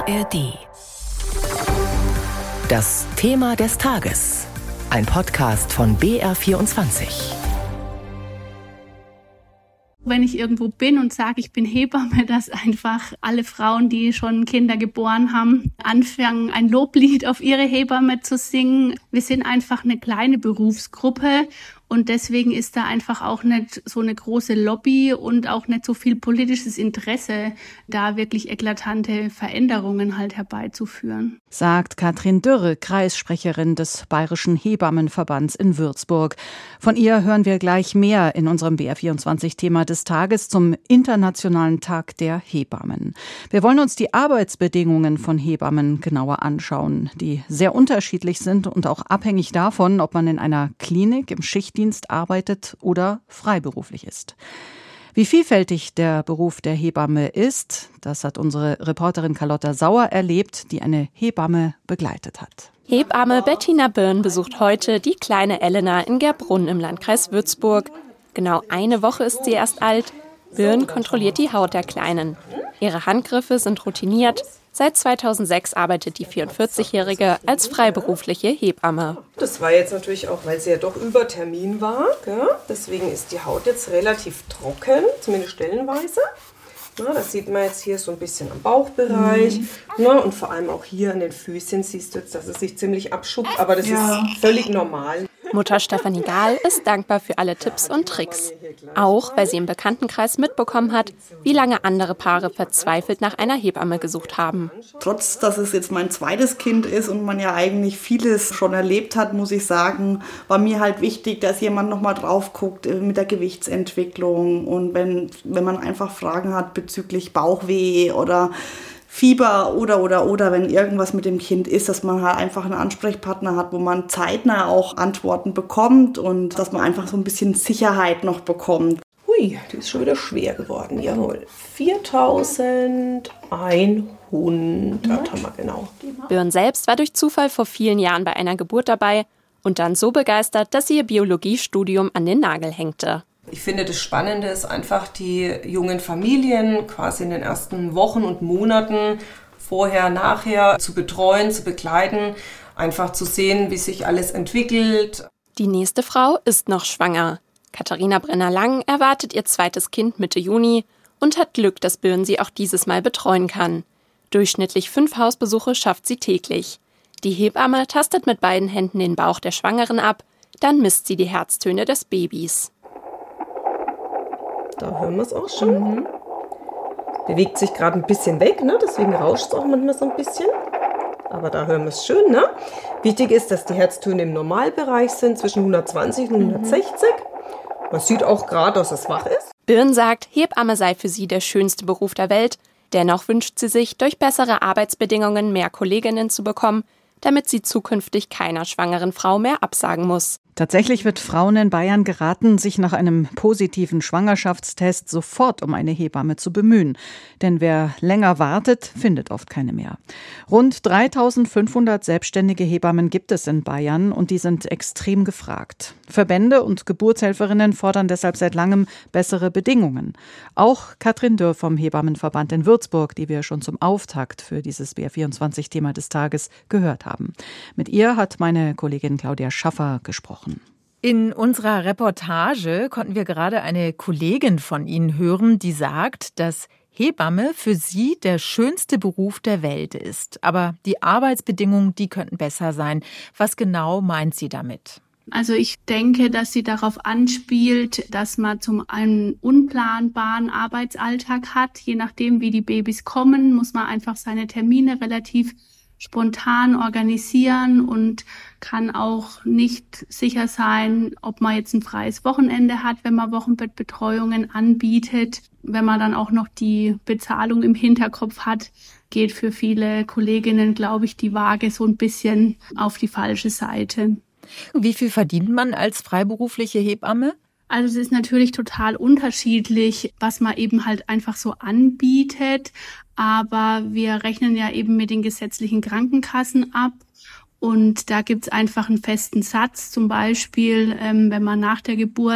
ARD. Das Thema des Tages. Ein Podcast von BR24. Wenn ich irgendwo bin und sage, ich bin Hebamme, dass einfach alle Frauen, die schon Kinder geboren haben, anfangen, ein Loblied auf ihre Hebamme zu singen. Wir sind einfach eine kleine Berufsgruppe und deswegen ist da einfach auch nicht so eine große Lobby und auch nicht so viel politisches Interesse, da wirklich eklatante Veränderungen halt herbeizuführen. Sagt Katrin Dürre, Kreissprecherin des Bayerischen Hebammenverbands in Würzburg. Von ihr hören wir gleich mehr in unserem BR24-Thema des Tages zum Internationalen Tag der Hebammen. Wir wollen uns die Arbeitsbedingungen von Hebammen genauer anschauen, die sehr unterschiedlich sind und auch abhängig davon, ob man in einer Klinik im Schichtdienst arbeitet oder freiberuflich ist. Wie vielfältig der Beruf der Hebamme ist, das hat unsere Reporterin Carlotta Sauer erlebt, die eine Hebamme begleitet hat. Hebamme Bettina Birn besucht heute die kleine Elena in Gerbrunn im Landkreis Würzburg. Genau eine Woche ist sie erst alt. Birn kontrolliert die Haut der Kleinen. Ihre Handgriffe sind routiniert. Seit 2006 arbeitet die 44-Jährige als freiberufliche Hebamme. Das war jetzt natürlich auch, weil sie ja doch über Termin war. Gell? Deswegen ist die Haut jetzt relativ trocken, zumindest stellenweise. Na, das sieht man jetzt hier so ein bisschen am Bauchbereich. Na, und vor allem auch hier an den Füßchen siehst du jetzt, dass es sich ziemlich abschuppt. Aber das ist völlig normal. Mutter Stefanie Gahl ist dankbar für alle Tipps und Tricks. Auch, weil sie im Bekanntenkreis mitbekommen hat, wie lange andere Paare verzweifelt nach einer Hebamme gesucht haben. Trotz, dass es jetzt mein zweites Kind ist und man ja eigentlich vieles schon erlebt hat, muss ich sagen, war mir halt wichtig, dass jemand nochmal drauf guckt mit der Gewichtsentwicklung. Und wenn man einfach Fragen hat bezüglich Bauchweh oder Fieber oder wenn irgendwas mit dem Kind ist, dass man halt einfach einen Ansprechpartner hat, wo man zeitnah auch Antworten bekommt und dass man einfach so ein bisschen Sicherheit noch bekommt. Hui, die ist schon wieder schwer geworden, jawohl. 4.100 haben wir genau. Birn selbst war durch Zufall vor vielen Jahren bei einer Geburt dabei und dann so begeistert, dass sie ihr Biologiestudium an den Nagel hängte. Ich finde, das Spannende ist einfach, die jungen Familien quasi in den ersten Wochen und Monaten vorher, nachher zu betreuen, zu begleiten, einfach zu sehen, wie sich alles entwickelt. Die nächste Frau ist noch schwanger. Katharina Brenner-Lang erwartet ihr zweites Kind Mitte Juni und hat Glück, dass Birn sie auch dieses Mal betreuen kann. Durchschnittlich 5 Hausbesuche schafft sie täglich. Die Hebamme tastet mit beiden Händen den Bauch der Schwangeren ab, dann misst sie die Herztöne des Babys. Da hören wir es auch schon. Bewegt sich gerade ein bisschen weg, ne? Deswegen rauscht es auch manchmal so ein bisschen. Aber da hören wir es schön. Ne? Wichtig ist, dass die Herztöne im Normalbereich sind, zwischen 120 und 160. Man sieht auch gerade, dass es wach ist. Birn sagt, Hebamme sei für sie der schönste Beruf der Welt. Dennoch wünscht sie sich, durch bessere Arbeitsbedingungen mehr Kolleginnen zu bekommen, damit sie zukünftig keiner schwangeren Frau mehr absagen muss. Tatsächlich wird Frauen in Bayern geraten, sich nach einem positiven Schwangerschaftstest sofort um eine Hebamme zu bemühen. Denn wer länger wartet, findet oft keine mehr. Rund 3.500 selbstständige Hebammen gibt es in Bayern und die sind extrem gefragt. Verbände und Geburtshelferinnen fordern deshalb seit langem bessere Bedingungen. Auch Katrin Dürr vom Hebammenverband in Würzburg, die wir schon zum Auftakt für dieses BR24-Thema des Tages gehört haben. Mit ihr hat meine Kollegin Claudia Schaffer gesprochen. In unserer Reportage konnten wir gerade eine Kollegin von Ihnen hören, die sagt, dass Hebamme für sie der schönste Beruf der Welt ist. Aber die Arbeitsbedingungen, die könnten besser sein. Was genau meint sie damit? Also ich denke, dass sie darauf anspielt, dass man zum einen unplanbaren Arbeitsalltag hat. Je nachdem, wie die Babys kommen, muss man einfach seine Termine relativ spontan organisieren und kann auch nicht sicher sein, ob man jetzt ein freies Wochenende hat, wenn man Wochenbettbetreuungen anbietet. Wenn man dann auch noch die Bezahlung im Hinterkopf hat, geht für viele Kolleginnen, glaube ich, die Waage so ein bisschen auf die falsche Seite. Wie viel verdient man als freiberufliche Hebamme? Also es ist natürlich total unterschiedlich, was man eben halt einfach so anbietet. Aber wir rechnen ja eben mit den gesetzlichen Krankenkassen ab. Und da gibt's einfach einen festen Satz. Zum Beispiel, wenn man nach der Geburt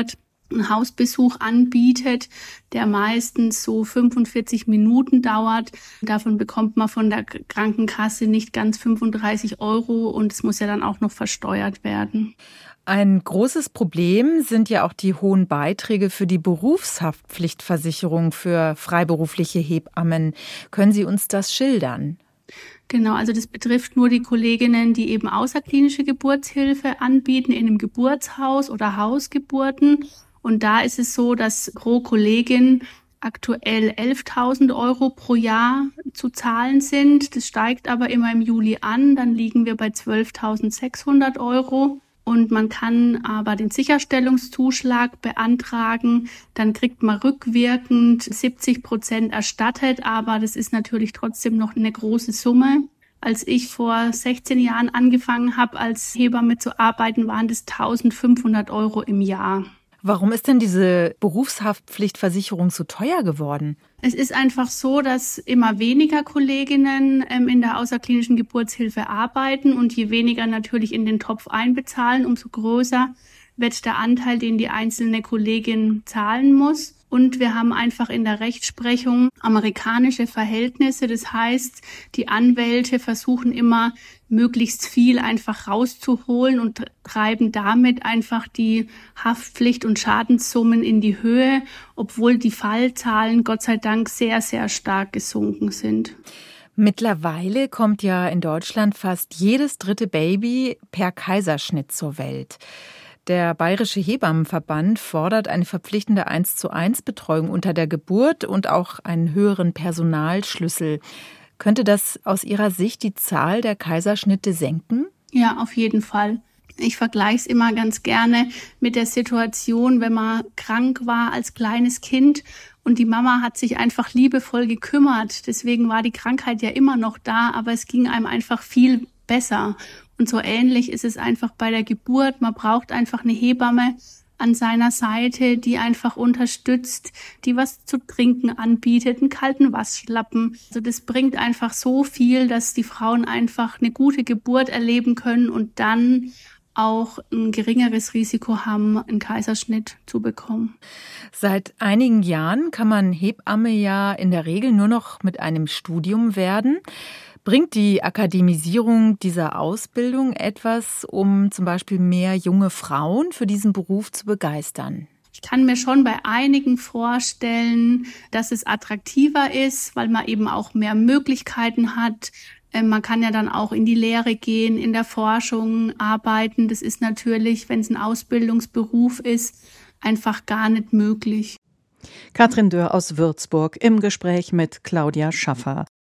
einen Hausbesuch anbietet, der meistens so 45 Minuten dauert. Davon bekommt man von der Krankenkasse nicht ganz 35 € und es muss ja dann auch noch versteuert werden. Ein großes Problem sind ja auch die hohen Beiträge für die Berufshaftpflichtversicherung für freiberufliche Hebammen. Können Sie uns das schildern? Genau, also das betrifft nur die Kolleginnen, die eben außerklinische Geburtshilfe anbieten in einem Geburtshaus oder Hausgeburten. Und da ist es so, dass pro Kollegin aktuell 11.000 € pro Jahr zu zahlen sind. Das steigt aber immer im Juli an. Dann liegen wir bei 12.600 €. Und man kann aber den Sicherstellungszuschlag beantragen. Dann kriegt man rückwirkend 70% erstattet. Aber das ist natürlich trotzdem noch eine große Summe. Als ich vor 16 Jahren angefangen habe, als Hebamme zu arbeiten, waren das 1.500 € im Jahr. Warum ist denn diese Berufshaftpflichtversicherung so teuer geworden? Es ist einfach so, dass immer weniger Kolleginnen in der außerklinischen Geburtshilfe arbeiten und je weniger natürlich in den Topf einbezahlen, umso größer wird der Anteil, den die einzelne Kollegin zahlen muss. Und wir haben einfach in der Rechtsprechung amerikanische Verhältnisse. Das heißt, die Anwälte versuchen immer, möglichst viel einfach rauszuholen und treiben damit einfach die Haftpflicht- und Schadenssummen in die Höhe, obwohl die Fallzahlen Gott sei Dank sehr, sehr stark gesunken sind. Mittlerweile kommt ja in Deutschland fast jedes dritte Baby per Kaiserschnitt zur Welt. Der Bayerische Hebammenverband fordert eine verpflichtende 1:1 Betreuung unter der Geburt und auch einen höheren Personalschlüssel. Könnte das aus Ihrer Sicht die Zahl der Kaiserschnitte senken? Ja, auf jeden Fall. Ich vergleiche es immer ganz gerne mit der Situation, wenn man krank war als kleines Kind und die Mama hat sich einfach liebevoll gekümmert. Deswegen war die Krankheit ja immer noch da, aber es ging einem einfach viel besser. Und so ähnlich ist es einfach bei der Geburt. Man braucht einfach eine Hebamme an seiner Seite, die einfach unterstützt, die was zu trinken anbietet, einen kalten Waschlappen. Also das bringt einfach so viel, dass die Frauen einfach eine gute Geburt erleben können und dann auch ein geringeres Risiko haben, einen Kaiserschnitt zu bekommen. Seit einigen Jahren kann man Hebamme ja in der Regel nur noch mit einem Studium werden. Bringt die Akademisierung dieser Ausbildung etwas, um zum Beispiel mehr junge Frauen für diesen Beruf zu begeistern? Ich kann mir schon bei einigen vorstellen, dass es attraktiver ist, weil man eben auch mehr Möglichkeiten hat. Man kann ja dann auch in die Lehre gehen, in der Forschung arbeiten. Das ist natürlich, wenn es ein Ausbildungsberuf ist, einfach gar nicht möglich. Katrin Dörr aus Würzburg im Gespräch mit Claudia Schaffer.